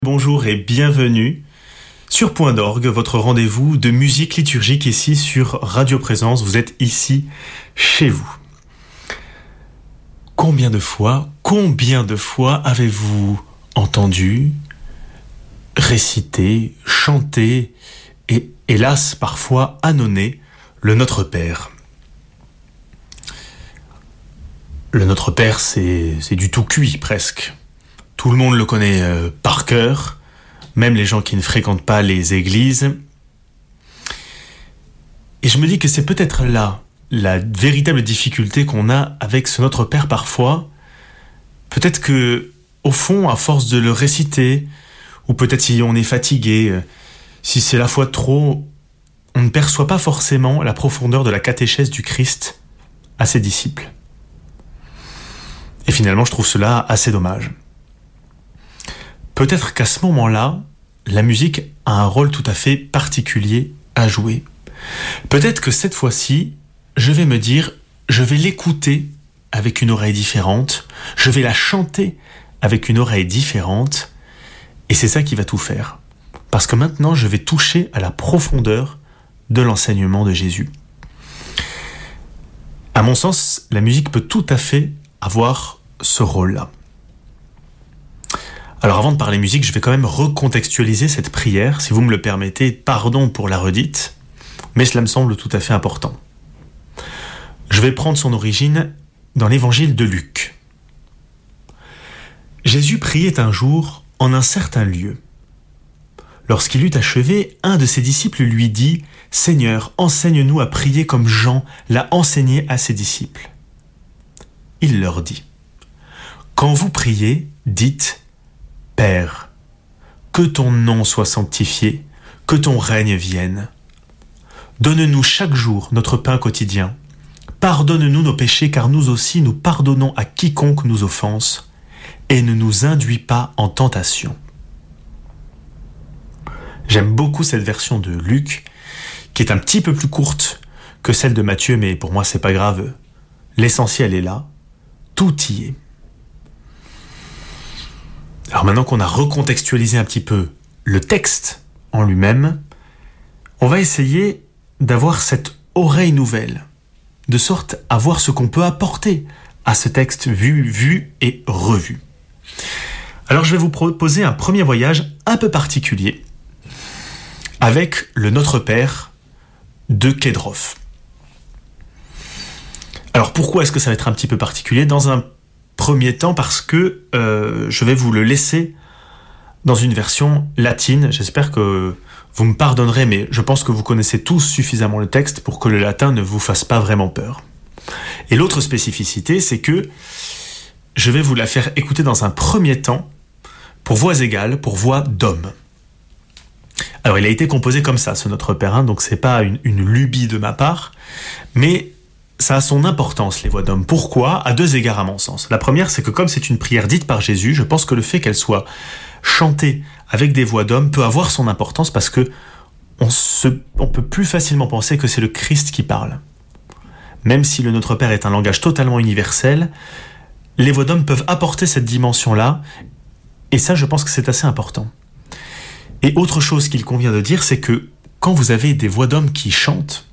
Bonjour et bienvenue sur Point d'Orgue, votre rendez-vous de musique liturgique ici sur Radio Présence. Vous êtes ici chez vous. Combien de fois avez-vous entendu, réciter, chanter et hélas parfois annonner le Notre Père? Le Notre Père, c'est du tout cuit presque. Tout le monde le connaît par cœur, même les gens qui ne fréquentent pas les églises. Et je me dis que c'est peut-être là la véritable difficulté qu'on a avec ce Notre Père parfois. Peut-être que, au fond, à force de le réciter, ou peut-être si on est fatigué, si c'est la fois trop, on ne perçoit pas forcément la profondeur de la catéchèse du Christ à ses disciples. Et finalement, je trouve cela assez dommage. Peut-être qu'à ce moment-là, la musique a un rôle tout à fait particulier à jouer. Peut-être que cette fois-ci, je vais me dire, je vais l'écouter avec une oreille différente, je vais la chanter avec une oreille différente, et c'est ça qui va tout faire. Parce que maintenant, je vais toucher à la profondeur de l'enseignement de Jésus. À mon sens, la musique peut tout à fait avoir ce rôle-là. Alors avant de parler musique, je vais quand même recontextualiser cette prière, si vous me le permettez, pardon pour la redite, mais cela me semble tout à fait important. Je vais prendre son origine dans l'évangile de Luc. Jésus priait un jour en un certain lieu. Lorsqu'il eut achevé, un de ses disciples lui dit « Seigneur, enseigne-nous à prier comme Jean l'a enseigné à ses disciples. » Il leur dit « Quand vous priez, dites « Père, que ton nom soit sanctifié, que ton règne vienne. Donne-nous chaque jour notre pain quotidien. Pardonne-nous nos péchés, car nous aussi nous pardonnons à quiconque nous offense, et ne nous induis pas en tentation. » J'aime beaucoup cette version de Luc, qui est un petit peu plus courte que celle de Matthieu, mais pour moi c'est pas grave. L'essentiel est là, tout y est. Alors maintenant qu'on a recontextualisé un petit peu le texte en lui-même, on va essayer d'avoir cette oreille nouvelle, de sorte à voir ce qu'on peut apporter à ce texte vu et revu. Alors je vais vous proposer un premier voyage un peu particulier avec le Notre Père de Kédrov. Alors pourquoi est-ce que ça va être un petit peu particulier ? Dans un premier temps parce que je vais vous le laisser dans une version latine. J'espère que vous me pardonnerez, mais je pense que vous connaissez tous suffisamment le texte pour que le latin ne vous fasse pas vraiment peur. Et l'autre spécificité, c'est que je vais vous la faire écouter dans un premier temps pour voix égale, pour voix d'homme. Alors il a été composé comme ça, ce Notre Père, donc c'est pas une lubie de ma part, mais ça a son importance, les voix d'homme. Pourquoi ? À deux égards, à mon sens. La première, c'est que comme c'est une prière dite par Jésus, je pense que le fait qu'elle soit chantée avec des voix d'homme peut avoir son importance parce que on peut plus facilement penser que c'est le Christ qui parle. Même si le Notre Père est un langage totalement universel, les voix d'homme peuvent apporter cette dimension-là, et ça, je pense que c'est assez important. Et autre chose qu'il convient de dire, c'est que quand vous avez des voix d'homme qui chantent,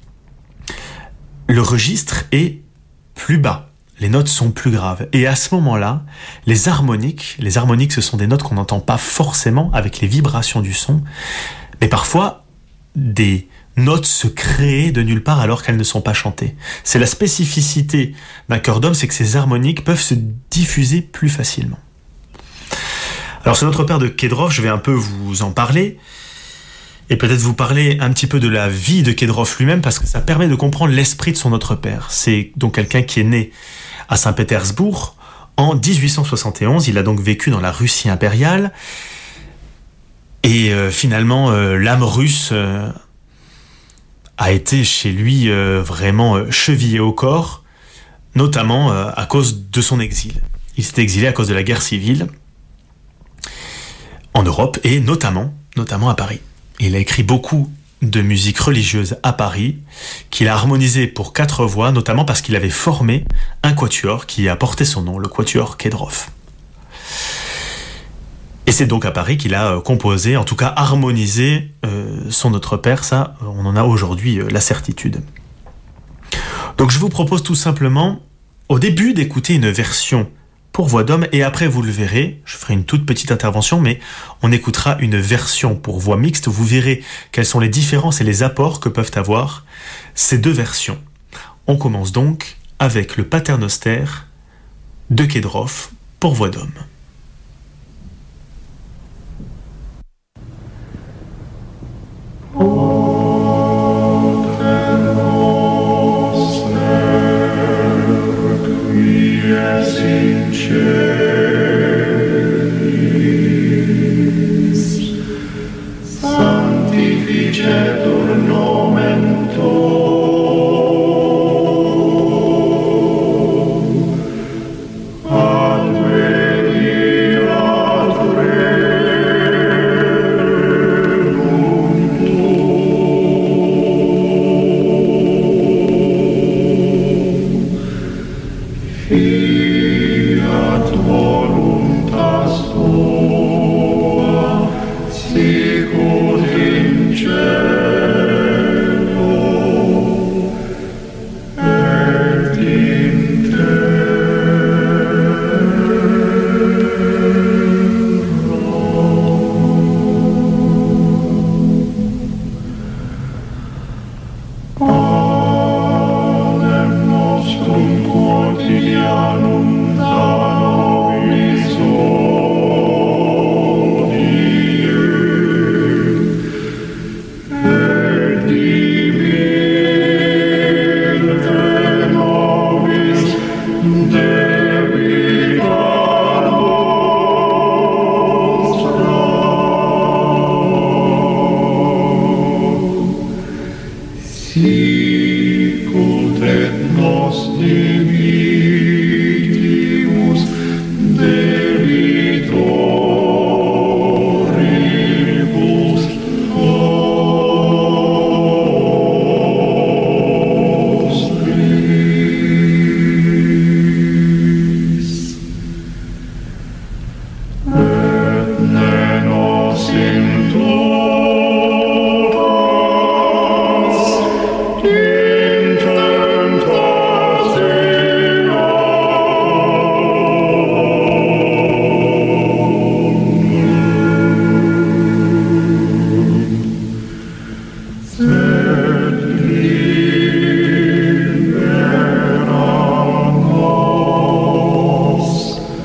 le registre est plus bas, les notes sont plus graves. Et à ce moment-là, les harmoniques, ce sont des notes qu'on n'entend pas forcément avec les vibrations du son, mais parfois des notes se créent de nulle part alors qu'elles ne sont pas chantées. C'est la spécificité d'un chœur d'homme, c'est que ces harmoniques peuvent se diffuser plus facilement. Alors ce Notre Père de Kédrov, je vais un peu vous en parler, et peut-être vous parler un petit peu de la vie de Kédrov lui-même, parce que ça permet de comprendre l'esprit de son Notre Père. C'est donc quelqu'un qui est né à Saint-Pétersbourg en 1871, il a donc vécu dans la Russie impériale, et finalement l'âme russe a été chez lui vraiment chevillée au corps, notamment à cause de son exil. Il s'est exilé à cause de la guerre civile en Europe, et notamment à Paris. Il a écrit beaucoup de musique religieuse à Paris, qu'il a harmonisé pour 4 voix, notamment parce qu'il avait formé un quatuor qui a porté son nom, le quatuor Kédrov. Et c'est donc à Paris qu'il a composé, en tout cas harmonisé son Notre Père. Ça, on en a aujourd'hui la certitude. Donc je vous propose tout simplement, au début, d'écouter une version pour voix d'homme, et après, vous le verrez, je ferai une toute petite intervention, mais on écoutera une version pour voix mixte. Vous verrez quelles sont les différences et les apports que peuvent avoir ces deux versions. On commence donc avec le Paternoster de Kedrov pour voix d'homme. Sanctificetur nomen tuum, adveniat regnum tuum, fiat voluntas tua, sicut in cielo et in panem nostrum quotidianum da nobis hodie, et dimitte nobis debita nostra, sicut et nos dimitimus debitoribus nostris, et ne nos inducas in tentationem, sed libera nos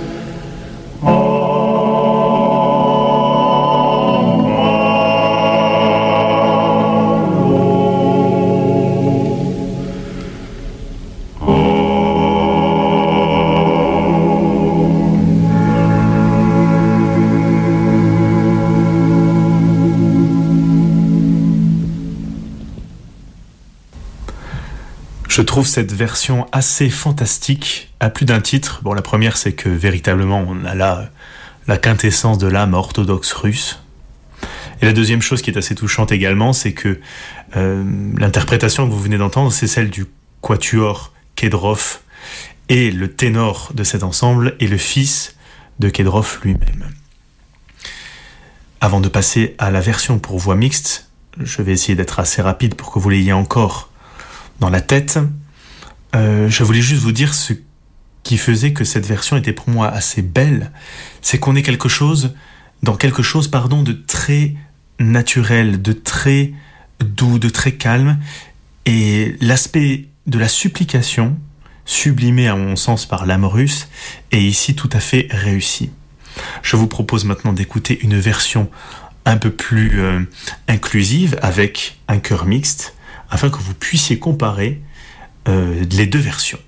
Je trouve cette version assez fantastique, à plus d'un titre. Bon, la première, c'est que véritablement, on a là la quintessence de l'âme orthodoxe russe. Et la deuxième chose qui est assez touchante également, c'est que l'interprétation que vous venez d'entendre, c'est celle du quatuor Kedrov, et le ténor de cet ensemble est le fils de Kedrov lui-même. Avant de passer à la version pour voix mixte, je vais essayer d'être assez rapide pour que vous l'ayez encore dans la tête. Je voulais juste vous dire ce qui faisait que cette version était pour moi assez belle, c'est qu'on est dans quelque chose de très naturel, de très doux, de très calme, et l'aspect de la supplication, sublimé à mon sens par l'âme russe, est ici tout à fait réussi. Je vous propose maintenant d'écouter une version un peu plus inclusive avec un chœur mixte, afin que vous puissiez comparer les deux versions.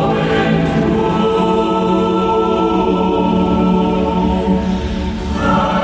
Amen.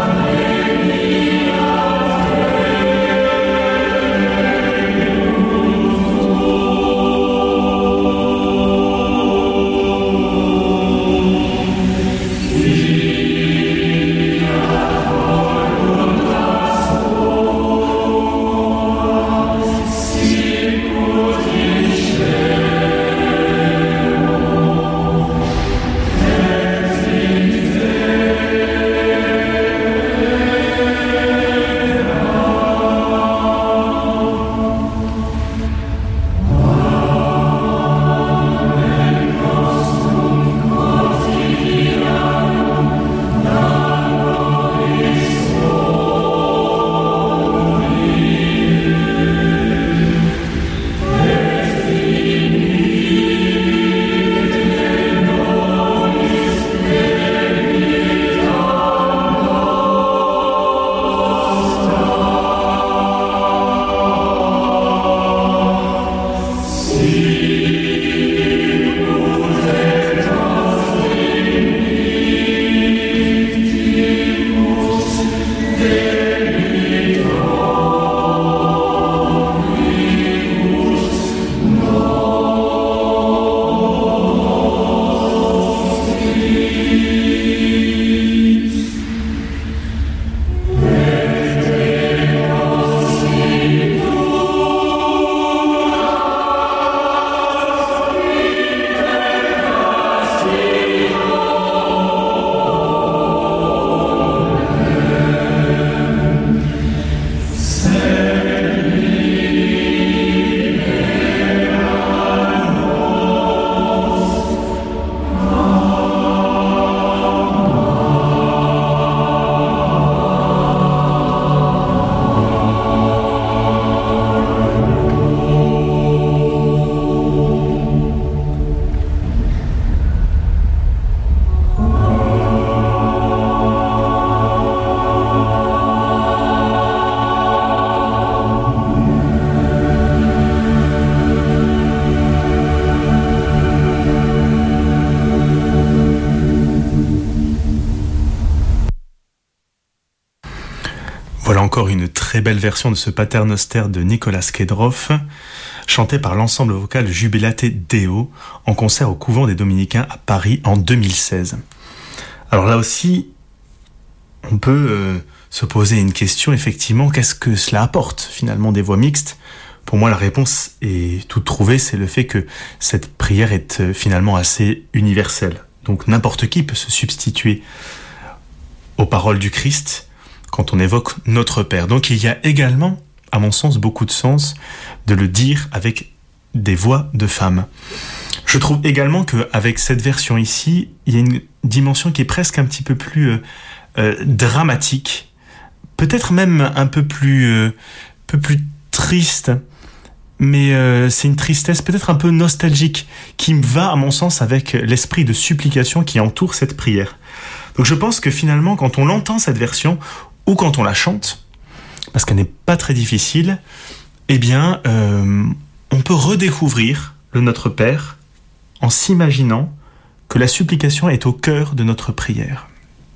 encore une très belle version de ce Pater Noster de Nicolas Kedroff, chanté par l'ensemble vocal Jubilate Deo en concert au couvent des Dominicains à Paris en 2016. Alors là aussi, on peut se poser une question, effectivement, qu'est-ce que cela apporte finalement des voix mixtes ? Pour moi, la réponse est toute trouvée, c'est le fait que cette prière est finalement assez universelle. Donc n'importe qui peut se substituer aux paroles du Christ quand on évoque notre Père. Donc il y a également, à mon sens, beaucoup de sens de le dire avec des voix de femmes. Je trouve également qu'avec cette version ici, il y a une dimension qui est presque un petit peu plus dramatique, peut-être même un peu plus triste, mais c'est une tristesse peut-être un peu nostalgique qui me va, à mon sens, avec l'esprit de supplication qui entoure cette prière. Donc je pense que finalement, quand on entend cette version, ou quand on la chante, parce qu'elle n'est pas très difficile, eh bien, on peut redécouvrir le Notre Père en s'imaginant que la supplication est au cœur de notre prière.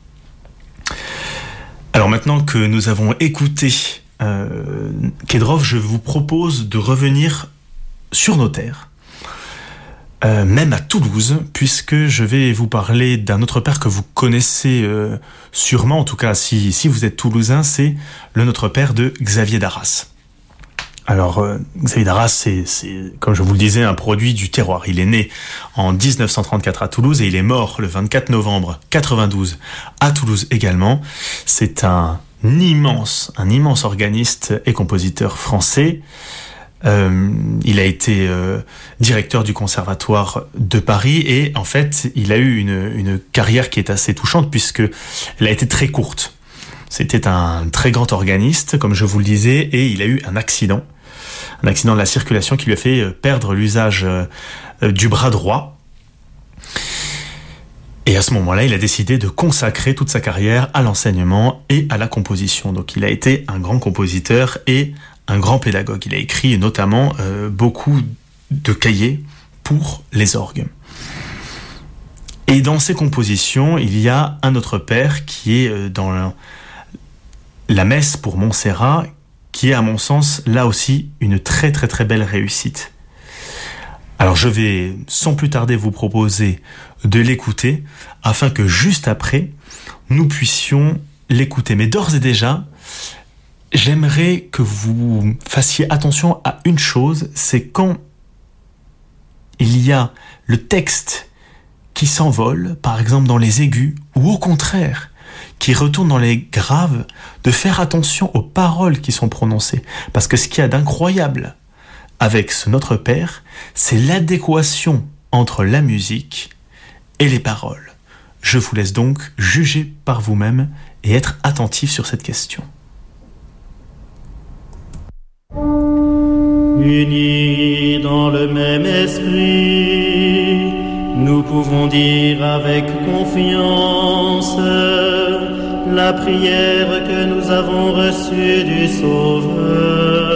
Alors maintenant que nous avons écouté Kedroff, je vous propose de revenir sur nos terres, même à Toulouse, puisque je vais vous parler d'un autre Père que vous connaissez sûrement, en tout cas si vous êtes toulousain, c'est le Notre Père de Xavier d'Arras. Alors, Xavier d'Arras, c'est, comme je vous le disais, un produit du terroir. Il est né en 1934 à Toulouse et il est mort le 24 novembre 92 à Toulouse également. C'est un immense organiste et compositeur français. Il a été directeur du Conservatoire de Paris et en fait, il a eu une carrière qui est assez touchante puisque elle a été très courte. C'était un très grand organiste, comme je vous le disais, et il a eu un accident de la circulation qui lui a fait perdre l'usage du bras droit. Et à ce moment-là, il a décidé de consacrer toute sa carrière à l'enseignement et à la composition. Donc il a été un grand compositeur et un grand pédagogue. Il a écrit notamment beaucoup de cahiers pour les orgues. Et dans ses compositions, il y a un Notre Père qui est dans la messe pour Montserrat, qui est à mon sens là aussi une très très très belle réussite. Alors je vais sans plus tarder vous proposer de l'écouter afin que juste après nous puissions l'écouter. Mais d'ores et déjà, j'aimerais que vous fassiez attention à une chose, c'est quand il y a le texte qui s'envole, par exemple dans les aigus, ou au contraire, qui retourne dans les graves, de faire attention aux paroles qui sont prononcées. Parce que ce qu'il y a d'incroyable avec ce Notre Père, c'est l'adéquation entre la musique et les paroles. Je vous laisse donc juger par vous-même et être attentif sur cette question. Unis dans le même esprit, nous pouvons dire avec confiance la prière que nous avons reçue du Sauveur.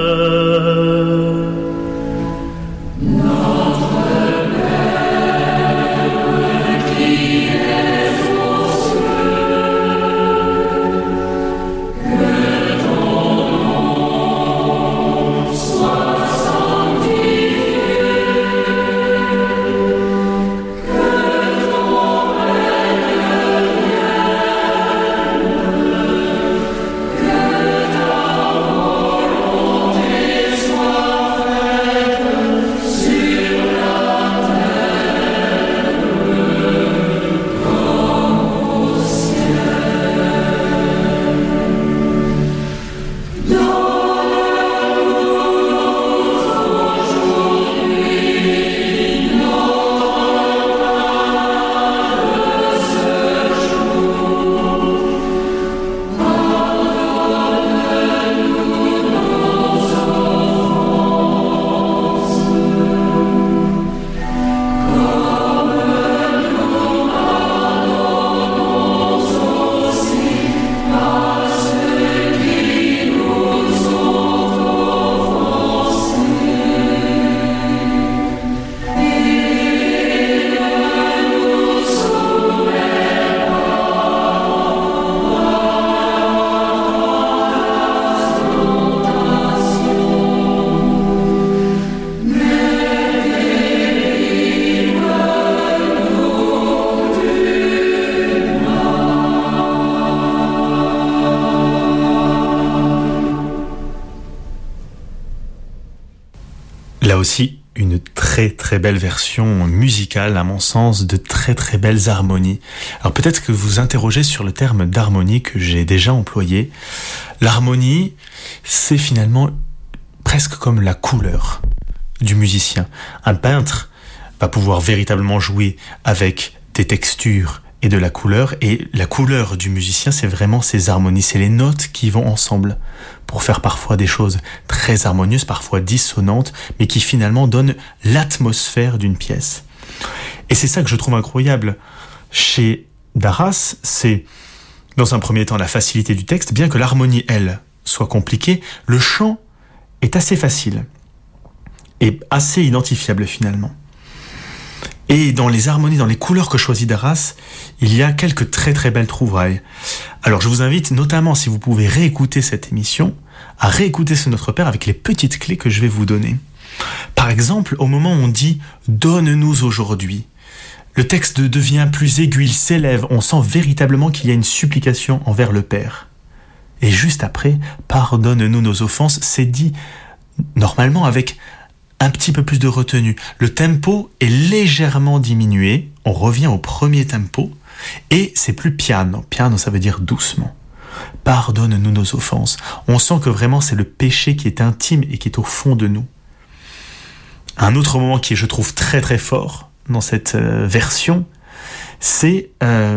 Là aussi, une très très belle version musicale, à mon sens, de très très belles harmonies. Alors peut-être que vous interrogez sur le terme d'harmonie que j'ai déjà employé. L'harmonie, c'est finalement presque comme la couleur du musicien. Un peintre va pouvoir véritablement jouer avec des textures et de la couleur, et la couleur du musicien, c'est vraiment ses harmonies, c'est les notes qui vont ensemble pour faire parfois des choses très harmonieuses, parfois dissonantes, mais qui finalement donnent l'atmosphère d'une pièce. Et c'est ça que je trouve incroyable chez Darras, c'est dans un premier temps la facilité du texte, bien que l'harmonie, elle, soit compliquée, le chant est assez facile et assez identifiable finalement. Et dans les harmonies, dans les couleurs que choisit Darras, il y a quelques très très belles trouvailles. Alors je vous invite, notamment si vous pouvez réécouter cette émission, à réécouter ce Notre Père avec les petites clés que je vais vous donner. Par exemple, au moment où on dit « Donne-nous aujourd'hui », le texte devient plus aigu, il s'élève, on sent véritablement qu'il y a une supplication envers le Père. Et juste après, « Pardonne-nous nos offenses », c'est dit normalement avec un petit peu plus de retenue. Le tempo est légèrement diminué, on revient au premier tempo, et c'est plus piano. Piano, ça veut dire doucement. Pardonne-nous nos offenses. On sent que vraiment c'est le péché qui est intime et qui est au fond de nous. Un autre moment qui est, je trouve, très très fort dans cette version, c'est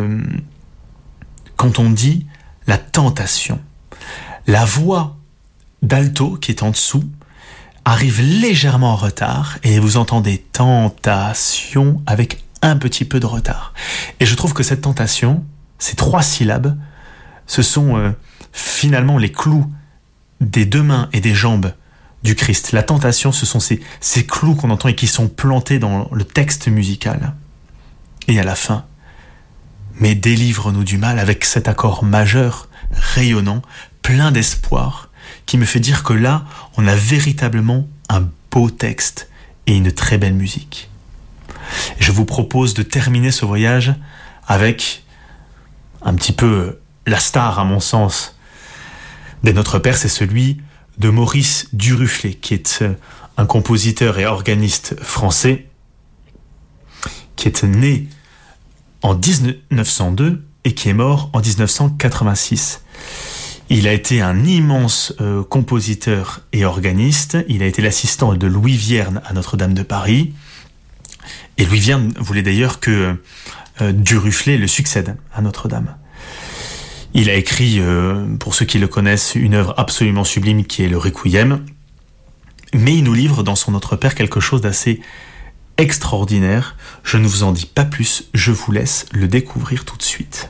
quand on dit la tentation. La voix d'alto qui est en dessous arrive légèrement en retard et vous entendez tentation avec un petit peu de retard. Et je trouve que cette tentation, ces 3 syllabes, ce sont finalement les clous des 2 mains et des jambes du Christ. La tentation, ce sont ces clous qu'on entend et qui sont plantés dans le texte musical. Et à la fin, mais délivre-nous du mal, avec cet accord majeur, rayonnant, plein d'espoir, qui me fait dire que là, on a véritablement un beau texte et une très belle musique. Et je vous propose de terminer ce voyage avec un petit peu la star, à mon sens, des Notre Père, c'est celui de Maurice Duruflé, qui est un compositeur et organiste français, qui est né en 1902 et qui est mort en 1986. Il a été un immense compositeur et organiste. Il a été l'assistant de Louis Vierne à Notre-Dame de Paris. Et Louis Vierne voulait d'ailleurs que Duruflé le succède à Notre-Dame. Il a écrit, pour ceux qui le connaissent, une œuvre absolument sublime qui est le Requiem. Mais il nous livre dans son Notre Père quelque chose d'assez extraordinaire. Je ne vous en dis pas plus, je vous laisse le découvrir tout de suite.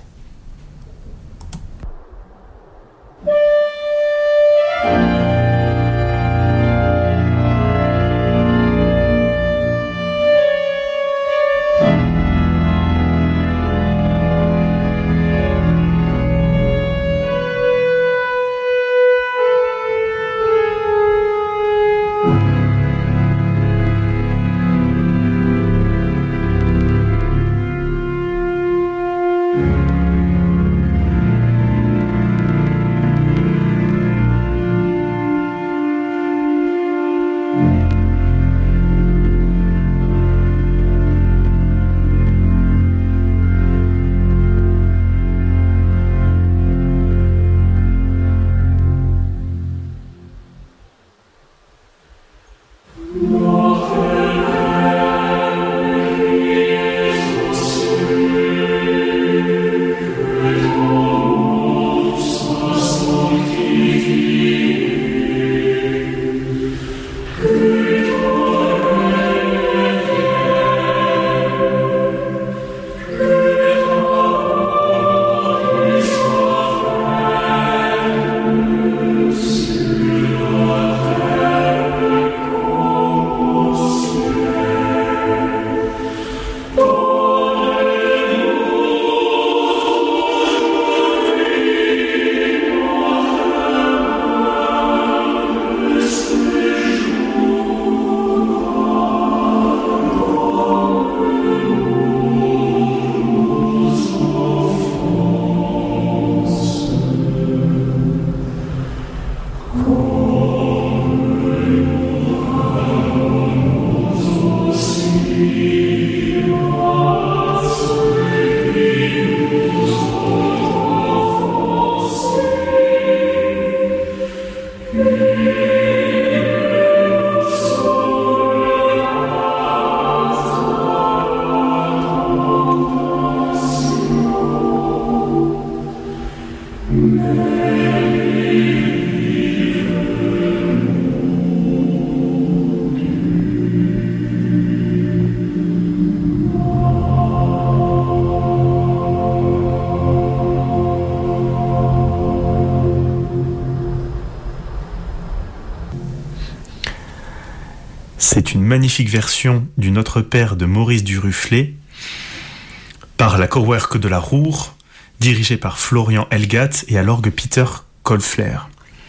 C'est une magnifique version du Notre Père de Maurice Duruflé par la Chorwerke de la Roure, dirigée par Florian Elgat et à l'orgue Peter Kolfler.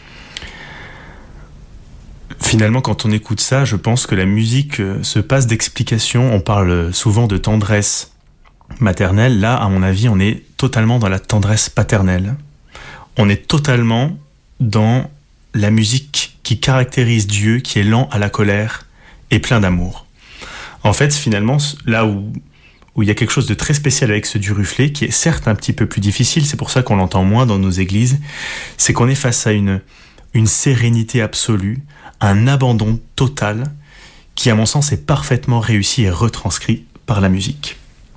Finalement, quand on écoute ça, je pense que la musique se passe d'explications. On parle souvent de tendresse maternelle. Là, à mon avis, on est totalement dans la tendresse paternelle. On est totalement dans la musique qui caractérise Dieu, qui est lent à la colère et plein d'amour. En fait, finalement, là où il y a quelque chose de très spécial avec ce Duruflé, qui est certes un petit peu plus difficile, c'est pour ça qu'on l'entend moins dans nos églises, c'est qu'on est face à une sérénité absolue, un abandon total, qui à mon sens est parfaitement réussi et retranscrit par la musique.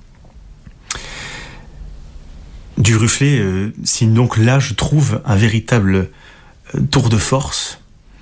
Duruflé signe donc là, je trouve, un véritable tour de force,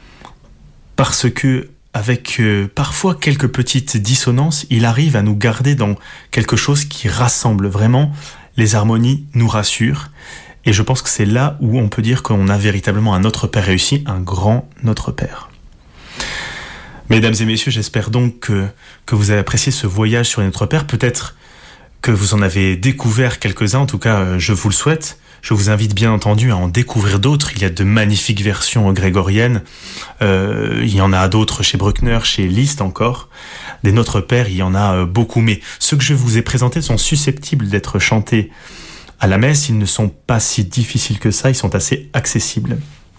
parce que avec parfois quelques petites dissonances, il arrive à nous garder dans quelque chose qui rassemble vraiment. Les harmonies nous rassurent, et je pense que c'est là où on peut dire qu'on a véritablement un Notre Père réussi, un grand Notre Père. Mesdames et messieurs, j'espère donc que vous avez apprécié ce voyage sur Notre Père. Peut-être que vous en avez découvert quelques-uns, en tout cas je vous le souhaite. Je vous invite bien entendu à en découvrir d'autres. Il y a de magnifiques versions grégoriennes. Il y en a d'autres chez Bruckner, chez Liszt encore. Des Notre Père, il y en a beaucoup. Mais ceux que je vous ai présentés sont susceptibles d'être chantés à la messe. Ils ne sont pas si difficiles que ça. Ils sont assez accessibles.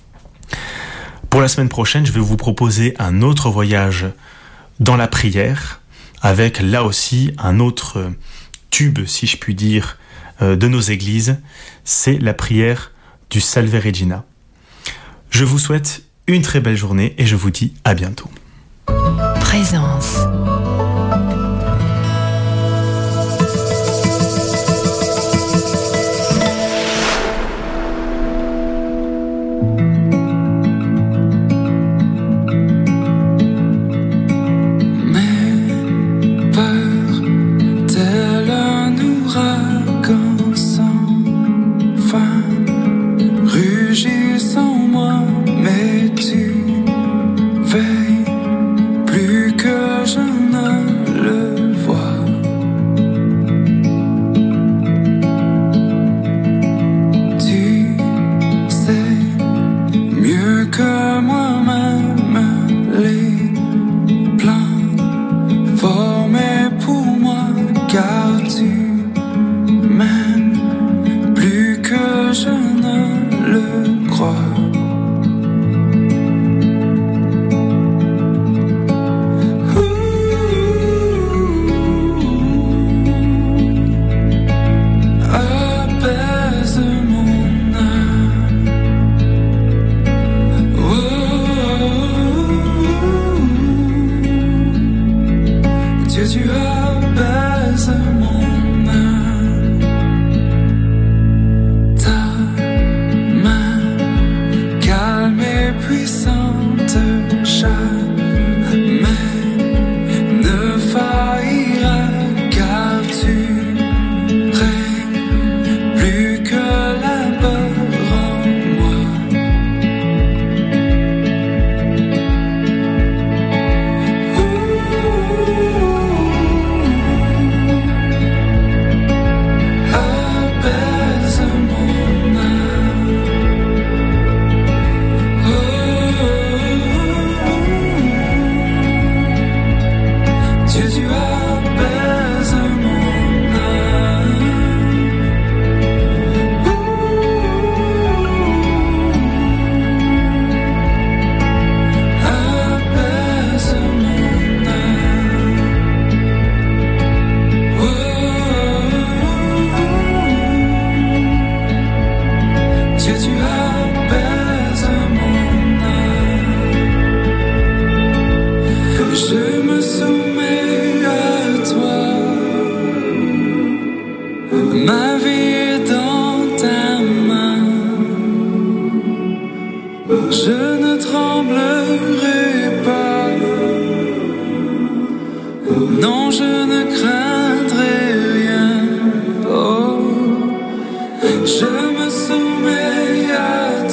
Pour la semaine prochaine, je vais vous proposer un autre voyage dans la prière, avec là aussi un autre tube, si je puis dire, de nos églises. C'est la prière du Salve Regina. Je vous souhaite une très belle journée et je vous dis à bientôt. Présence.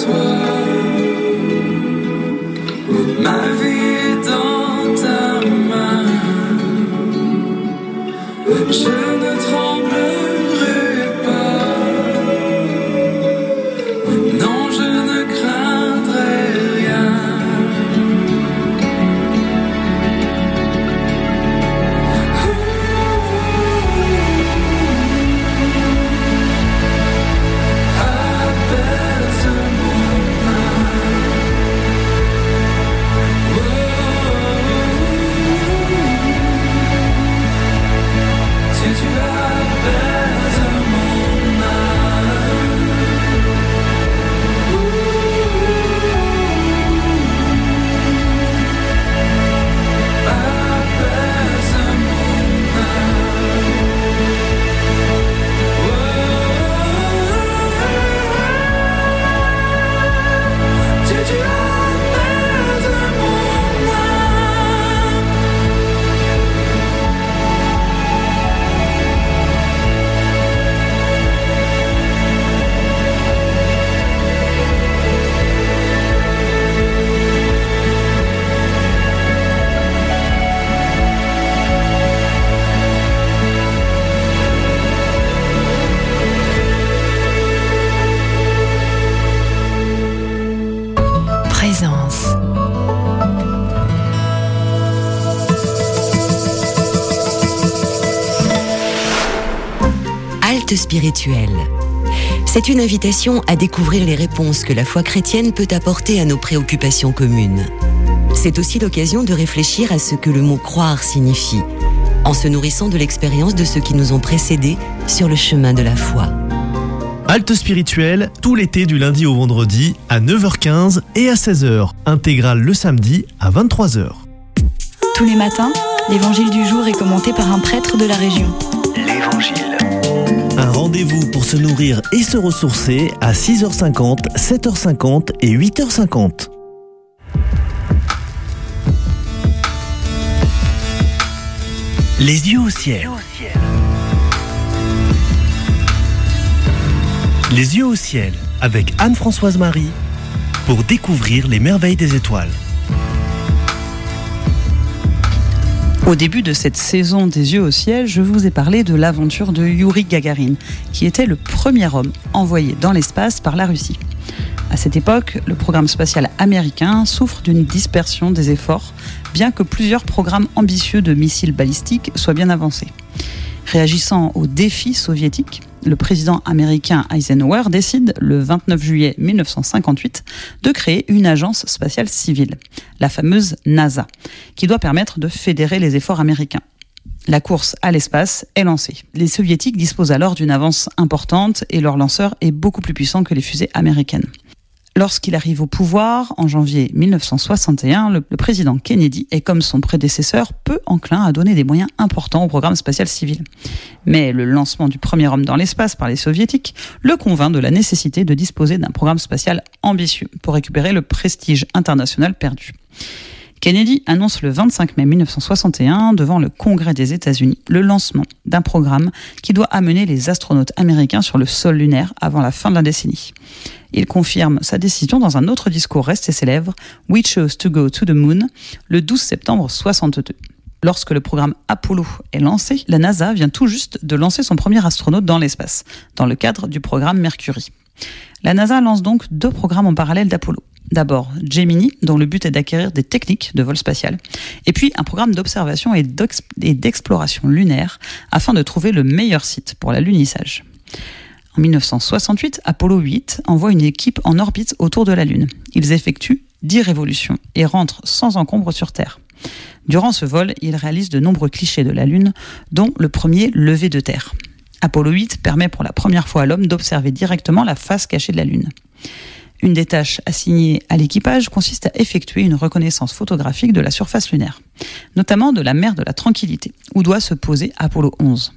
Ma vie est dans ta main. Spirituelle. C'est une invitation à découvrir les réponses que la foi chrétienne peut apporter à nos préoccupations communes. C'est aussi l'occasion de réfléchir à ce que le mot croire signifie, en se nourrissant de l'expérience de ceux qui nous ont précédés sur le chemin de la foi. Halte spirituelle, tout l'été du lundi au vendredi à 9h15 et à 16h. Intégrale le samedi à 23h. Tous les matins, l'évangile du jour est commenté par un prêtre de la région. L'Évangile. Un rendez-vous pour se nourrir et se ressourcer à 6h50, 7h50 et 8h50. Les yeux au ciel. Les yeux au ciel avec Anne-Françoise Marie pour découvrir les merveilles des étoiles. Au début de cette saison des yeux au ciel, je vous ai parlé de l'aventure de Youri Gagarin, qui était le premier homme envoyé dans l'espace par la Russie. À cette époque, le programme spatial américain souffre d'une dispersion des efforts, bien que plusieurs programmes ambitieux de missiles balistiques soient bien avancés. Réagissant aux défis soviétiques, le président américain Eisenhower décide, le 29 juillet 1958, de créer une agence spatiale civile, la fameuse NASA, qui doit permettre de fédérer les efforts américains. La course à l'espace est lancée. Les soviétiques disposent alors d'une avance importante et leur lanceur est beaucoup plus puissant que les fusées américaines. Lorsqu'il arrive au pouvoir, en janvier 1961, le président Kennedy est, comme son prédécesseur, peu enclin à donner des moyens importants au programme spatial civil. Mais le lancement du premier homme dans l'espace par les soviétiques le convainc de la nécessité de disposer d'un programme spatial ambitieux pour récupérer le prestige international perdu. Kennedy annonce le 25 mai 1961, devant le Congrès des États-Unis, le lancement d'un programme qui doit amener les astronautes américains sur le sol lunaire avant la fin de la décennie. Il confirme sa décision dans un autre discours resté célèbre, « We chose to go to the moon », le 12 septembre 1962. Lorsque le programme Apollo est lancé, la NASA vient tout juste de lancer son premier astronaute dans l'espace, dans le cadre du programme Mercury. La NASA lance donc 2 programmes en parallèle d'Apollo. D'abord Gemini, dont le but est d'acquérir des techniques de vol spatial, et puis un programme d'observation et d'exploration lunaire afin de trouver le meilleur site pour l'alunissage. En 1968, Apollo 8 envoie une équipe en orbite autour de la Lune. Ils effectuent 10 révolutions et rentrent sans encombre sur Terre. Durant ce vol, ils réalisent de nombreux clichés de la Lune, dont le premier lever de Terre. Apollo 8 permet pour la première fois à l'homme d'observer directement la face cachée de la Lune. Une des tâches assignées à l'équipage consiste à effectuer une reconnaissance photographique de la surface lunaire, notamment de la mer de la Tranquillité, où doit se poser Apollo 11.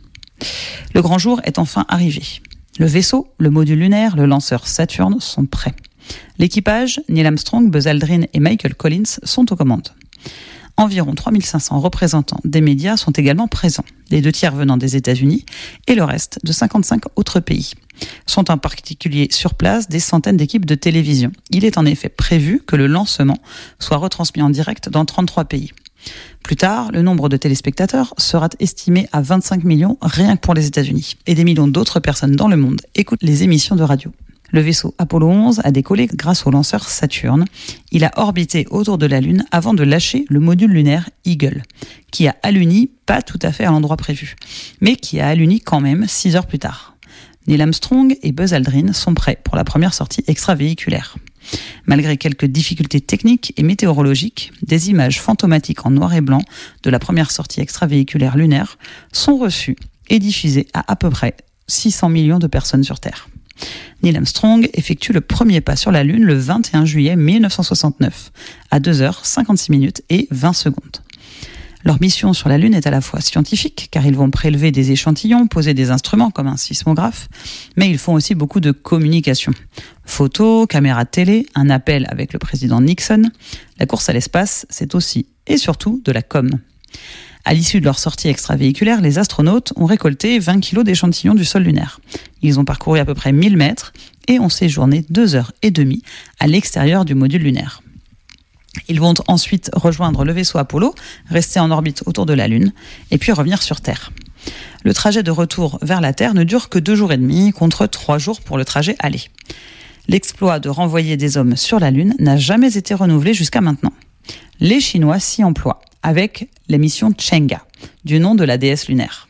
Le grand jour est enfin arrivé. Le vaisseau, le module lunaire, le lanceur Saturne sont prêts. L'équipage, Neil Armstrong, Buzz Aldrin et Michael Collins sont aux commandes. Environ 3500 représentants des médias sont également présents, les 2 tiers venant des États-Unis et le reste de 55 autres pays. Sont en particulier sur place des centaines d'équipes de télévision. Il est en effet prévu que le lancement soit retransmis en direct dans 33 pays. Plus tard, le nombre de téléspectateurs sera estimé à 25 millions rien que pour les États-Unis. Et des millions d'autres personnes dans le monde écoutent les émissions de radio. Le vaisseau Apollo 11 a décollé grâce au lanceur Saturn. Il a orbité autour de la Lune avant de lâcher le module lunaire Eagle, qui a alluni pas tout à fait à l'endroit prévu, mais qui a alluni quand même 6 heures plus tard. Neil Armstrong et Buzz Aldrin sont prêts pour la première sortie extravéhiculaire. Malgré quelques difficultés techniques et météorologiques, des images fantomatiques en noir et blanc de la première sortie extravéhiculaire lunaire sont reçues et diffusées à peu près 600 millions de personnes sur Terre. Neil Armstrong effectue le premier pas sur la Lune le 21 juillet 1969, à 2h56 et 20 secondes. Leur mission sur la Lune est à la fois scientifique, car ils vont prélever des échantillons, poser des instruments comme un sismographe, mais ils font aussi beaucoup de communication. Photos, caméras de télé, un appel avec le président Nixon. La course à l'espace, c'est aussi et surtout de la com. À l'issue de leur sortie extravéhiculaire, les astronautes ont récolté 20 kilos d'échantillons du sol lunaire. Ils ont parcouru à peu près 1000 mètres et ont séjourné 2h30 à l'extérieur du module lunaire. Ils vont ensuite rejoindre le vaisseau Apollo, rester en orbite autour de la Lune, et puis revenir sur Terre. Le trajet de retour vers la Terre ne dure que 2 jours et demi, contre 3 jours pour le trajet aller. L'exploit de renvoyer des hommes sur la Lune n'a jamais été renouvelé jusqu'à maintenant. Les Chinois s'y emploient, avec la mission Chang'e, du nom de la déesse lunaire.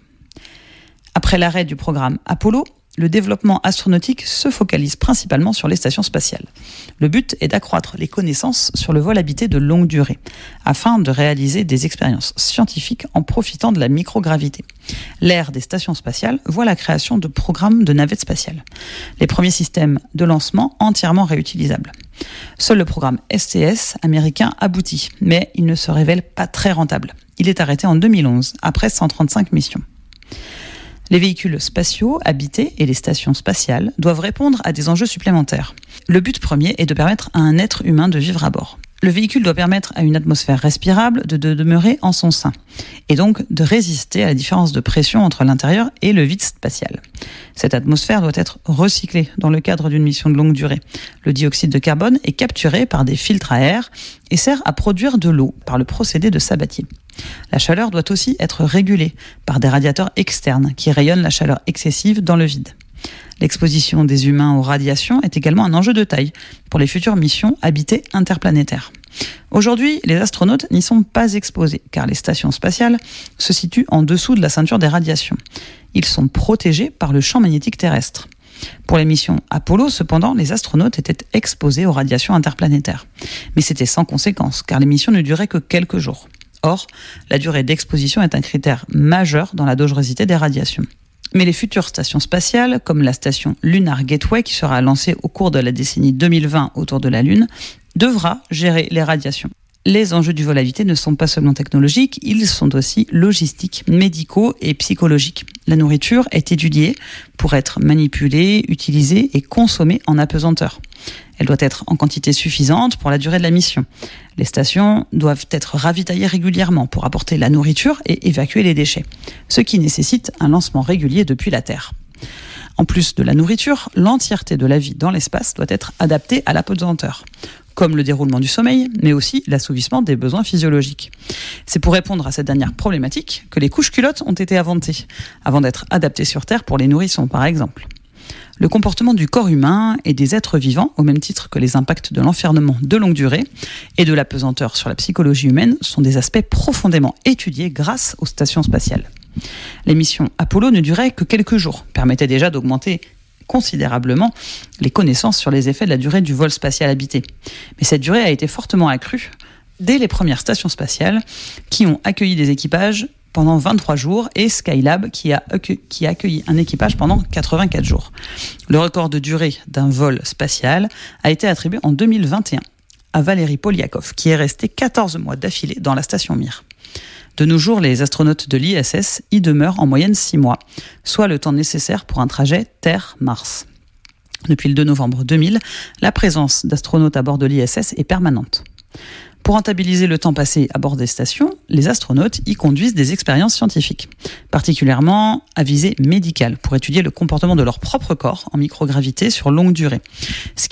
Après l'arrêt du programme Apollo, le développement astronautique se focalise principalement sur les stations spatiales. Le but est d'accroître les connaissances sur le vol habité de longue durée, afin de réaliser des expériences scientifiques en profitant de la microgravité. L'ère des stations spatiales voit la création de programmes de navettes spatiales. Les premiers systèmes de lancement entièrement réutilisables. Seul le programme STS américain aboutit, mais il ne se révèle pas très rentable. Il est arrêté en 2011, après 135 missions. Les véhicules spatiaux, habités et les stations spatiales doivent répondre à des enjeux supplémentaires. Le but premier est de permettre à un être humain de vivre à bord. Le véhicule doit permettre à une atmosphère respirable de demeurer en son sein, et donc de résister à la différence de pression entre l'intérieur et le vide spatial. Cette atmosphère doit être recyclée dans le cadre d'une mission de longue durée. Le dioxyde de carbone est capturé par des filtres à air et sert à produire de l'eau par le procédé de Sabatier. La chaleur doit aussi être régulée par des radiateurs externes qui rayonnent la chaleur excessive dans le vide. L'exposition des humains aux radiations est également un enjeu de taille pour les futures missions habitées interplanétaires. Aujourd'hui, les astronautes n'y sont pas exposés car les stations spatiales se situent en dessous de la ceinture des radiations. Ils sont protégés par le champ magnétique terrestre. Pour les missions Apollo, cependant, les astronautes étaient exposés aux radiations interplanétaires. Mais c'était sans conséquence car les missions ne duraient que quelques jours. Or, la durée d'exposition est un critère majeur dans la dangerosité des radiations. Mais les futures stations spatiales, comme la station Lunar Gateway qui sera lancée au cours de la décennie 2020 autour de la Lune, devra gérer les radiations. Les enjeux du vol habité ne sont pas seulement technologiques, ils sont aussi logistiques, médicaux et psychologiques. La nourriture est étudiée pour être manipulée, utilisée et consommée en apesanteur. Elle doit être en quantité suffisante pour la durée de la mission. Les stations doivent être ravitaillées régulièrement pour apporter la nourriture et évacuer les déchets, ce qui nécessite un lancement régulier depuis la Terre. En plus de la nourriture, l'entièreté de la vie dans l'espace doit être adaptée à l'apesanteur, comme le déroulement du sommeil, mais aussi l'assouvissement des besoins physiologiques. C'est pour répondre à cette dernière problématique que les couches culottes ont été inventées, avant d'être adaptées sur Terre pour les nourrissons par exemple. Le comportement du corps humain et des êtres vivants, au même titre que les impacts de l'enfermement de longue durée et de l'apesanteur sur la psychologie humaine, sont des aspects profondément étudiés grâce aux stations spatiales. Les missions Apollo ne duraient que quelques jours, permettaient déjà d'augmenter considérablement les connaissances sur les effets de la durée du vol spatial habité. Mais cette durée a été fortement accrue dès les premières stations spatiales qui ont accueilli des équipages pendant 23 jours et Skylab qui a accueilli un équipage pendant 84 jours. Le record de durée d'un vol spatial a été attribué en 2021 à Valéry Polyakov qui est resté 14 mois d'affilée dans la station Mir. De nos jours, les astronautes de l'ISS y demeurent en moyenne 6 mois, soit le temps nécessaire pour un trajet Terre-Mars. Depuis le 2 novembre 2000, la présence d'astronautes à bord de l'ISS est permanente. Pour rentabiliser le temps passé à bord des stations, les astronautes y conduisent des expériences scientifiques, particulièrement à visée médicale, pour étudier le comportement de leur propre corps en microgravité sur longue durée, ce qui est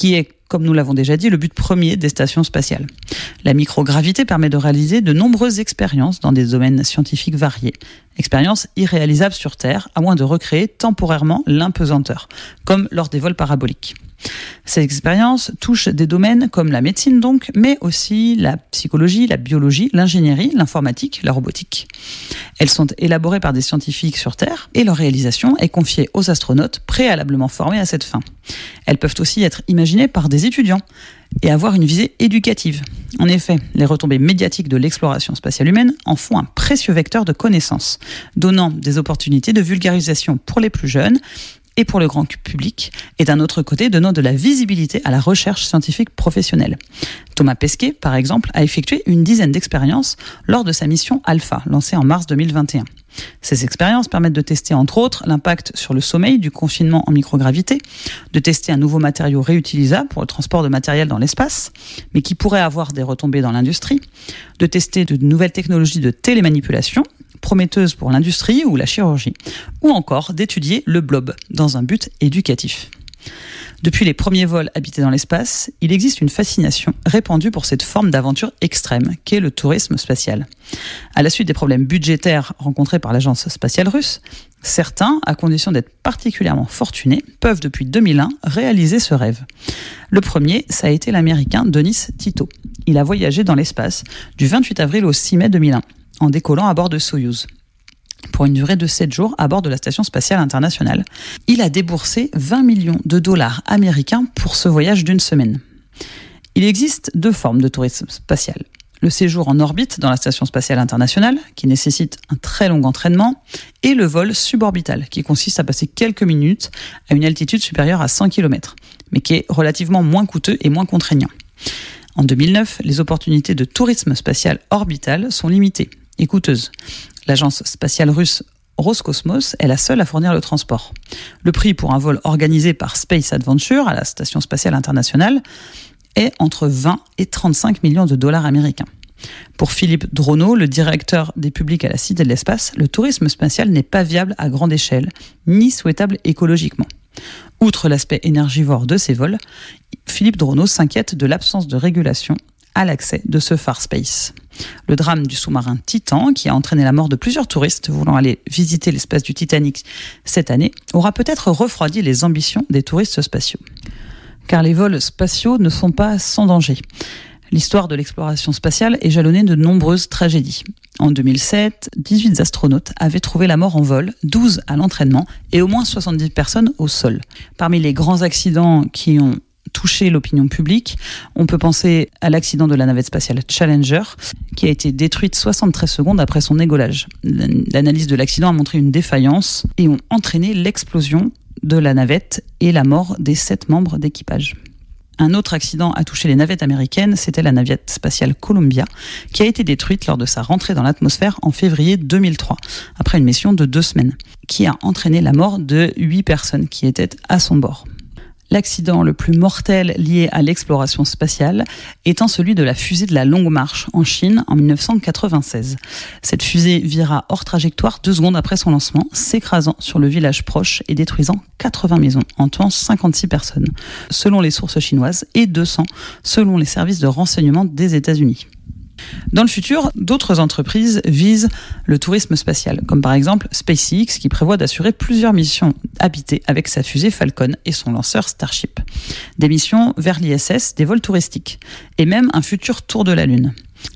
comme nous l'avons déjà dit, le but premier des stations spatiales. La microgravité permet de réaliser de nombreuses expériences dans des domaines scientifiques variés. Expériences irréalisables sur Terre, à moins de recréer temporairement l'impesanteur, comme lors des vols paraboliques. Ces expériences touchent des domaines comme la médecine donc, mais aussi la psychologie, la biologie, l'ingénierie, l'informatique, la robotique. Elles sont élaborées par des scientifiques sur Terre et leur réalisation est confiée aux astronautes préalablement formés à cette fin. Elles peuvent aussi être imaginées par des étudiants et avoir une visée éducative. En effet, les retombées médiatiques de l'exploration spatiale humaine en font un précieux vecteur de connaissances, donnant des opportunités de vulgarisation pour les plus jeunes et pour le grand public, et d'un autre côté, donnant de la visibilité à la recherche scientifique professionnelle. Thomas Pesquet, par exemple, a effectué une dizaine d'expériences lors de sa mission Alpha, lancée en mars 2021. Ces expériences permettent de tester, entre autres, l'impact sur le sommeil du confinement en microgravité, de tester un nouveau matériau réutilisable pour le transport de matériel dans l'espace, mais qui pourrait avoir des retombées dans l'industrie, de tester de nouvelles technologies de télémanipulation, prometteuses pour l'industrie ou la chirurgie, ou encore d'étudier le blob dans un but éducatif. Depuis les premiers vols habités dans l'espace, il existe une fascination répandue pour cette forme d'aventure extrême qu'est le tourisme spatial. À la suite des problèmes budgétaires rencontrés par l'agence spatiale russe, certains, à condition d'être particulièrement fortunés, peuvent depuis 2001 réaliser ce rêve. Le premier, ça a été l'américain Denis Tito. Il a voyagé dans l'espace du 28 avril au 6 mai 2001, en décollant à bord de Soyouz. Pour une durée de 7 jours à bord de la Station spatiale internationale. Il a déboursé 20 millions de dollars américains pour ce voyage d'une semaine. Il existe 2 formes de tourisme spatial. Le séjour en orbite dans la Station spatiale internationale, qui nécessite un très long entraînement, et le vol suborbital, qui consiste à passer quelques minutes à une altitude supérieure à 100 km, mais qui est relativement moins coûteux et moins contraignant. En 2009, les opportunités de tourisme spatial orbital sont limitées et coûteuses. L'agence spatiale russe Roscosmos est la seule à fournir le transport. Le prix pour un vol organisé par Space Adventure à la Station spatiale internationale est entre 20 et 35 millions de dollars américains. Pour Philippe Drono, le directeur des publics à la Cité de l'Espace, le tourisme spatial n'est pas viable à grande échelle, ni souhaitable écologiquement. Outre l'aspect énergivore de ces vols, Philippe Drono s'inquiète de l'absence de régulation à l'accès de ce Far Space. Le drame du sous-marin Titan, qui a entraîné la mort de plusieurs touristes voulant aller visiter l'espace du Titanic cette année, aura peut-être refroidi les ambitions des touristes spatiaux. Car les vols spatiaux ne sont pas sans danger. L'histoire de l'exploration spatiale est jalonnée de nombreuses tragédies. En 2007, 18 astronautes avaient trouvé la mort en vol, 12 à l'entraînement et au moins 70 personnes au sol. Parmi les grands accidents qui ont touché l'opinion publique, on peut penser à l'accident de la navette spatiale Challenger, qui a été détruite 73 secondes après son égolage. L'analyse de l'accident a montré une défaillance et ont entraîné l'explosion de la navette et la mort des 7 membres d'équipage. Un autre accident a touché les navettes américaines, c'était la navette spatiale Columbia, qui a été détruite lors de sa rentrée dans l'atmosphère en février 2003, après une mission de 2 semaines, qui a entraîné la mort de 8 personnes qui étaient à son bord. L'accident le plus mortel lié à l'exploration spatiale étant celui de la fusée de la Longue Marche en Chine en 1996. Cette fusée vira hors trajectoire 2 secondes après son lancement, s'écrasant sur le village proche et détruisant 80 maisons, en tuant 56 personnes, selon les sources chinoises, et 200 selon les services de renseignement des États-Unis. Dans le futur, d'autres entreprises visent le tourisme spatial, comme par exemple SpaceX qui prévoit d'assurer plusieurs missions habitées avec sa fusée Falcon et son lanceur Starship. Des missions vers l'ISS, des vols touristiques et même un futur tour de la Lune.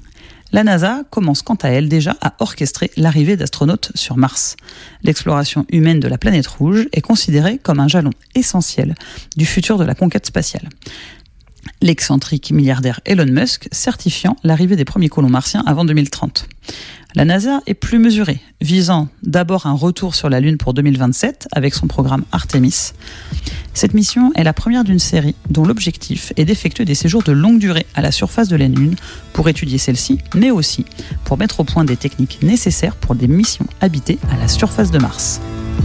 La NASA commence quant à elle déjà à orchestrer l'arrivée d'astronautes sur Mars. L'exploration humaine de la planète rouge est considérée comme un jalon essentiel du futur de la conquête spatiale. L'excentrique milliardaire Elon Musk certifiant l'arrivée des premiers colons martiens avant 2030. La NASA est plus mesurée, visant d'abord un retour sur la Lune pour 2027 avec son programme Artemis. Cette mission est la première d'une série dont l'objectif est d'effectuer des séjours de longue durée à la surface de la Lune pour étudier celle-ci, mais aussi pour mettre au point des techniques nécessaires pour des missions habitées à la surface de Mars.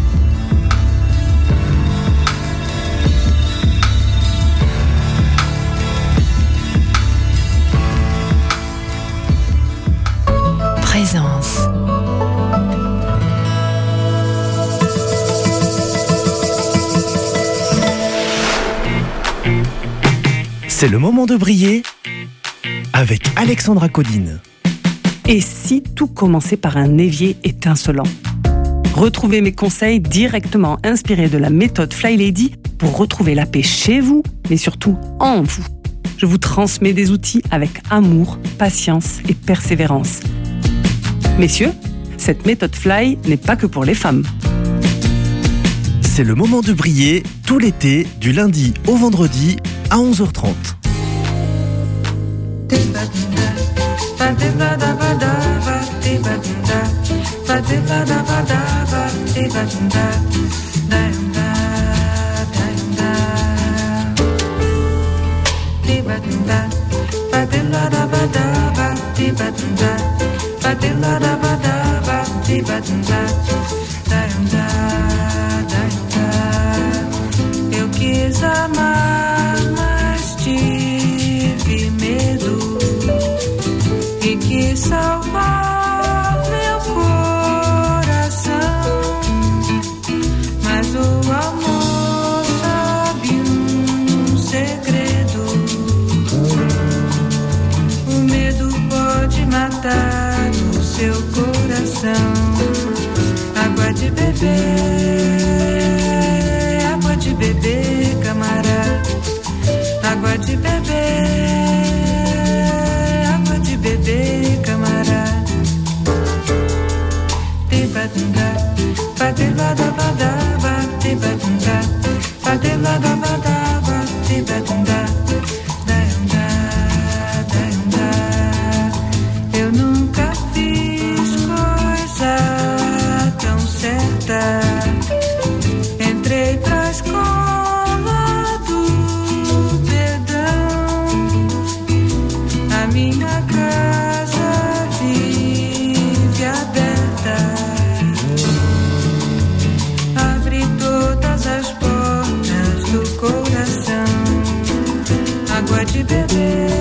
Présence. C'est le moment de briller avec Alexandra Codine. Et si tout commençait par un évier étincelant ? Retrouvez mes conseils directement inspirés de la méthode Fly Lady pour retrouver la paix chez vous, mais surtout en vous. Je vous transmets des outils avec amour, patience et persévérance. Messieurs, cette méthode Fly n'est pas que pour les femmes. C'est le moment de briller tout l'été, du lundi au vendredi à 11h30. Eu quis amar, mas tive medo e quis salvar meu coração, mas o amor sabe segredo. O medo pode matar o seu coração. Água de beber, camarada. Água de beber, camarada. Tibadunda, badilada, tibadunda, badilada, tibadunda. Eu nunca fiz coisa tão certa. Entrei pra escola do perdão. A minha casa vive aberta. Abre todas as portas do coração. Água de beber,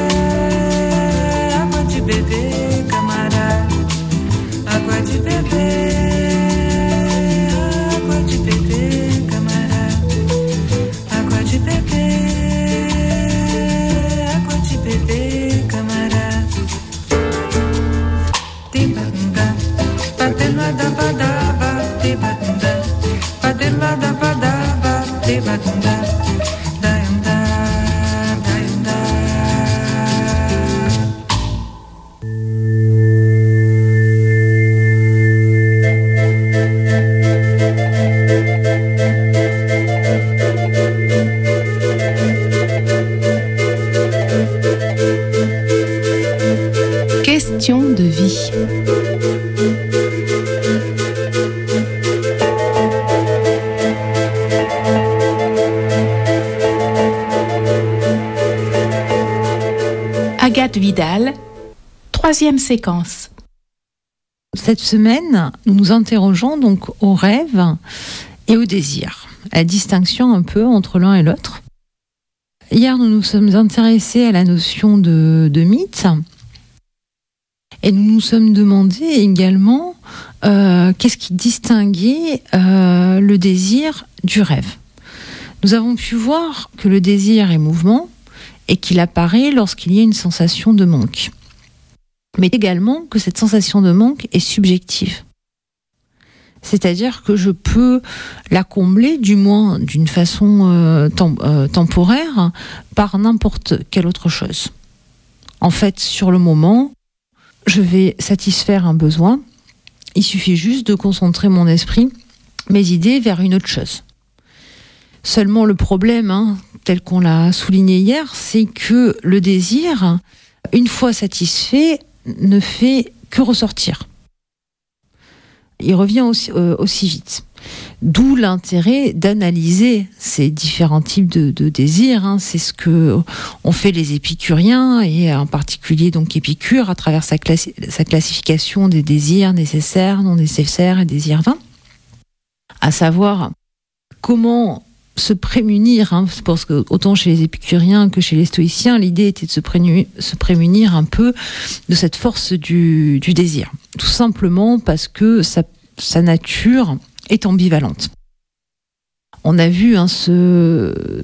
camarada. Água de beber. Question de vie. Agathe Vidal, 3e séquence. Cette semaine, nous nous interrogeons donc au rêve et au désir, la distinction un peu entre l'un et l'autre. Hier, nous nous sommes intéressés à la notion de mythe et nous nous sommes demandé également qu'est-ce qui distinguait le désir du rêve. Nous avons pu voir que le désir est mouvement et qu'il apparaît lorsqu'il y a une sensation de manque. Mais également que cette sensation de manque est subjective. C'est-à-dire que je peux la combler, du moins d'une façon temporaire, par n'importe quelle autre chose. En fait, sur le moment, je vais satisfaire un besoin. Il suffit juste de concentrer mon esprit, mes idées, vers une autre chose. Seulement le problème, tel qu'on l'a souligné hier, c'est que le désir, une fois satisfait, ne fait que ressortir. Il revient aussi vite. D'où l'intérêt d'analyser ces différents types de désirs. C'est ce que ont fait les épicuriens, et en particulier donc Épicure, à travers sa classification des désirs nécessaires, non nécessaires et désirs vains. À savoir comment se prémunir, parce que autant chez les épicuriens que chez les stoïciens, l'idée était de se prémunir un peu de cette force du désir. Tout simplement parce que sa nature est ambivalente. On a vu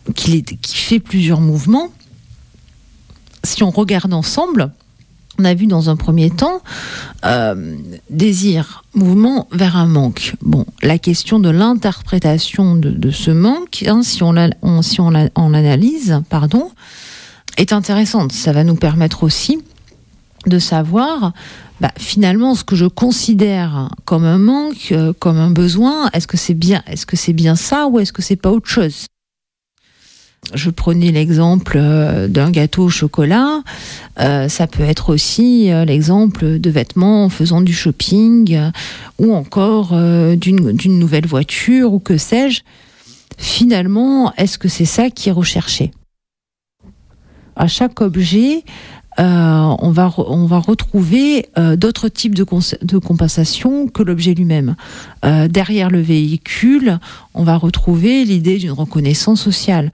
qui fait plusieurs mouvements. Si on regarde ensemble, on a vu dans un premier temps désir, mouvement vers un manque. Bon, la question de l'interprétation de ce manque, si on l'analyse, est intéressante. Ça va nous permettre aussi de savoir finalement ce que je considère comme un manque, comme un besoin. Est-ce que c'est bien ça ou est-ce que c'est pas autre chose? Je prenais l'exemple d'un gâteau au chocolat. Ça peut être aussi l'exemple de vêtements en faisant du shopping ou encore d'une nouvelle voiture ou que sais-je. Finalement, est-ce que c'est ça qui est recherché? À chaque objet, on va retrouver d'autres types de compensation que l'objet lui-même. Derrière le véhicule, on va retrouver l'idée d'une reconnaissance sociale.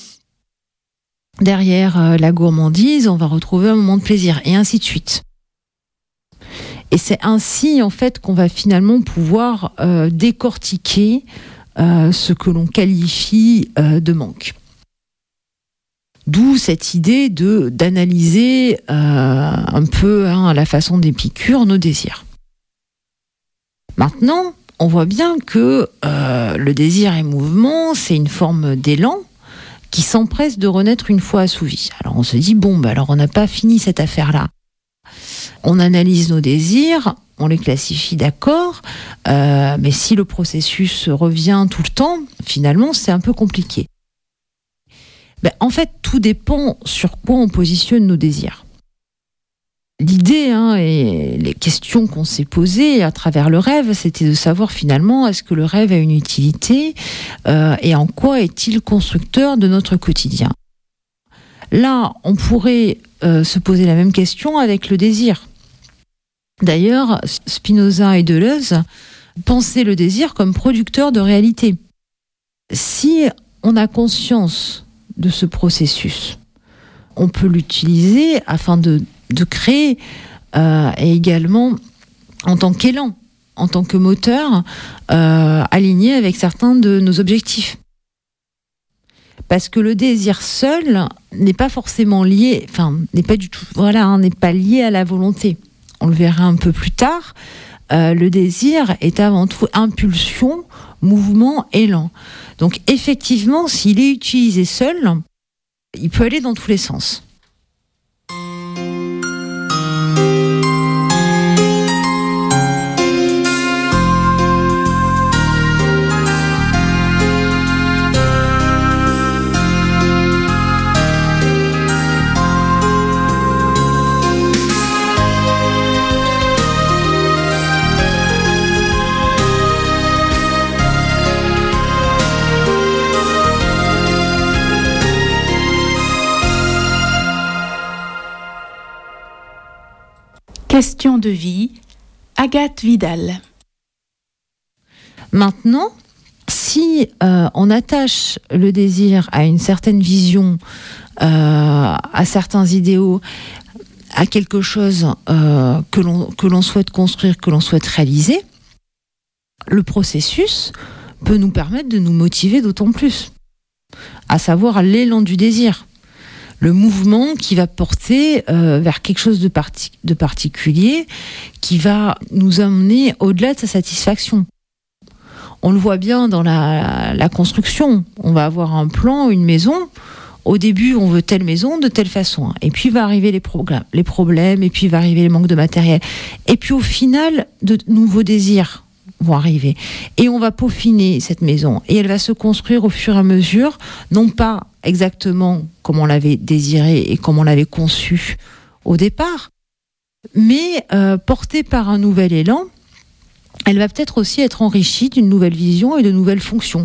Derrière la gourmandise, on va retrouver un moment de plaisir, et ainsi de suite. Et c'est ainsi, en fait, qu'on va finalement pouvoir décortiquer ce que l'on qualifie de manque. D'où cette idée d'analyser un peu à la façon d'Épicure nos désirs. Maintenant, on voit bien que le désir et mouvement, c'est une forme d'élan qui s'empresse de renaître une fois assouvi. Alors on se dit, alors on n'a pas fini cette affaire-là. On analyse nos désirs, on les classifie, d'accord, mais si le processus revient tout le temps, finalement, c'est un peu compliqué. En fait, tout dépend sur quoi on positionne nos désirs. L'idée et les questions qu'on s'est posées à travers le rêve, c'était de savoir finalement, est-ce que le rêve a une utilité et en quoi est-il constructeur de notre quotidien. Là, on pourrait se poser la même question avec le désir. D'ailleurs, Spinoza et Deleuze pensaient le désir comme producteur de réalité. Si on a conscience de ce processus, on peut l'utiliser afin de créer et également en tant qu'élan, en tant que moteur aligné avec certains de nos objectifs. Parce que le désir seul n'est pas forcément lié, n'est pas du tout, n'est pas lié à la volonté. On le verra un peu plus tard. Le désir est avant tout impulsion, mouvement, élan. Donc effectivement, s'il est utilisé seul, il peut aller dans tous les sens. Question de vie, Agathe Vidal. Maintenant, si on attache le désir à une certaine vision, à certains idéaux, à quelque chose que l'on souhaite construire, que l'on souhaite réaliser, le processus peut nous permettre de nous motiver d'autant plus, à savoir l'élan du désir. Le mouvement qui va porter vers quelque chose de particulier, qui va nous amener au-delà de sa satisfaction. On le voit bien dans la construction. On va avoir un plan, une maison. Au début, on veut telle maison de telle façon. Et puis va arriver les problèmes, et puis va arriver le manque de matériel. Et puis au final, de nouveaux désirs vont arriver. Et on va peaufiner cette maison. Et elle va se construire au fur et à mesure, non pas exactement comme on l'avait désiré et comme on l'avait conçu au départ, mais portée par un nouvel élan, elle va peut-être aussi être enrichie d'une nouvelle vision et de nouvelles fonctions.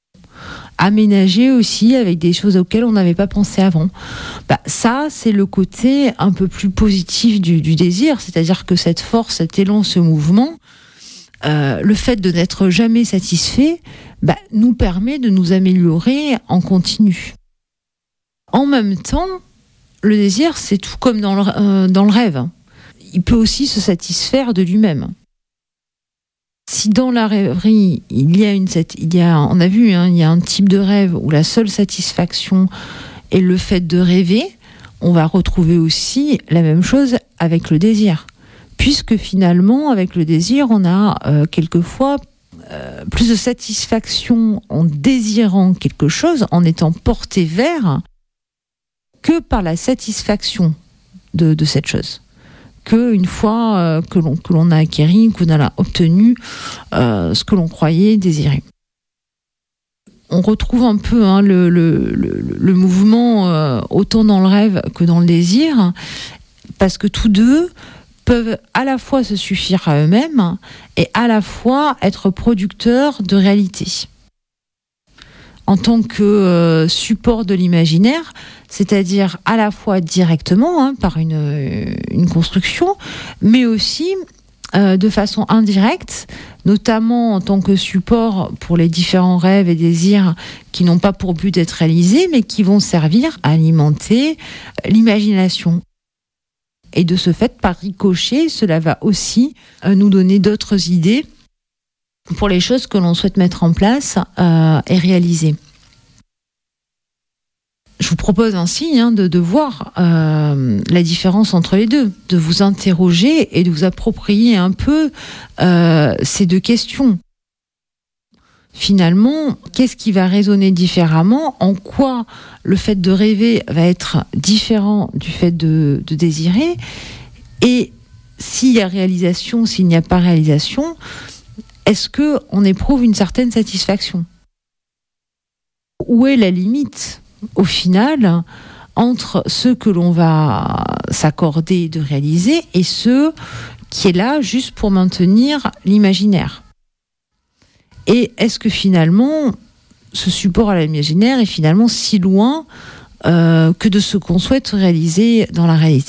Aménagée aussi avec des choses auxquelles on n'avait pas pensé avant. Ça, c'est le côté un peu plus positif du désir, c'est-à-dire que cette force, cet élan, ce mouvement, le fait de n'être jamais satisfait, nous permet de nous améliorer en continu. En même temps, le désir, c'est tout comme dans le rêve. Il peut aussi se satisfaire de lui-même. Si dans la rêverie, il y a on a vu, il y a un type de rêve où la seule satisfaction est le fait de rêver, on va retrouver aussi la même chose avec le désir. Puisque finalement, avec le désir, on a quelquefois plus de satisfaction en désirant quelque chose, en étant porté vers, que par la satisfaction de cette chose. Qu'une fois que l'on a acquéri, que l'on a obtenu ce que l'on croyait désirer. On retrouve un peu le mouvement autant dans le rêve que dans le désir, parce que tous deux peuvent à la fois se suffire à eux-mêmes et à la fois être producteurs de réalité. En tant que support de l'imaginaire, c'est-à-dire à la fois directement par une construction, mais aussi de façon indirecte, notamment en tant que support pour les différents rêves et désirs qui n'ont pas pour but d'être réalisés, mais qui vont servir à alimenter l'imagination. Et de ce fait, par ricochet, cela va aussi nous donner d'autres idées pour les choses que l'on souhaite mettre en place et réaliser. Je vous propose ainsi de voir la différence entre les deux, de vous interroger et de vous approprier un peu ces deux questions. Finalement, qu'est-ce qui va résonner différemment ? En quoi le fait de rêver va être différent du fait de désirer ? Et s'il y a réalisation, s'il n'y a pas réalisation, est-ce qu'on éprouve une certaine satisfaction ? Où est la limite, au final, entre ce que l'on va s'accorder de réaliser et ce qui est là juste pour maintenir l'imaginaire ? Et est-ce que finalement, ce support à l'imaginaire est finalement si loin que de ce qu'on souhaite réaliser dans la réalité ?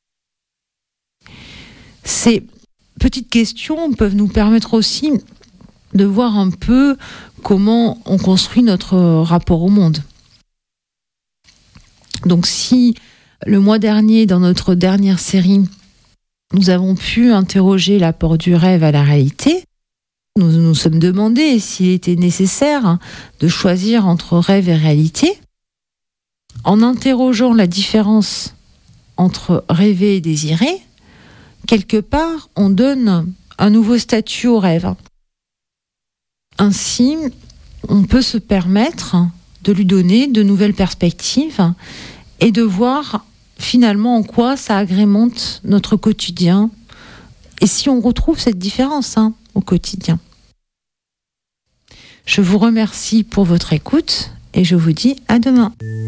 Ces petites questions peuvent nous permettre aussi de voir un peu comment on construit notre rapport au monde. Donc si le mois dernier, dans notre dernière série, nous avons pu interroger l'apport du rêve à la réalité, nous nous sommes demandé s'il était nécessaire de choisir entre rêve et réalité. En interrogeant la différence entre rêver et désirer, quelque part, on donne un nouveau statut au rêve. Ainsi, on peut se permettre de lui donner de nouvelles perspectives et de voir finalement en quoi ça agrémente notre quotidien et si on retrouve cette différence au quotidien. Je vous remercie pour votre écoute et je vous dis à demain.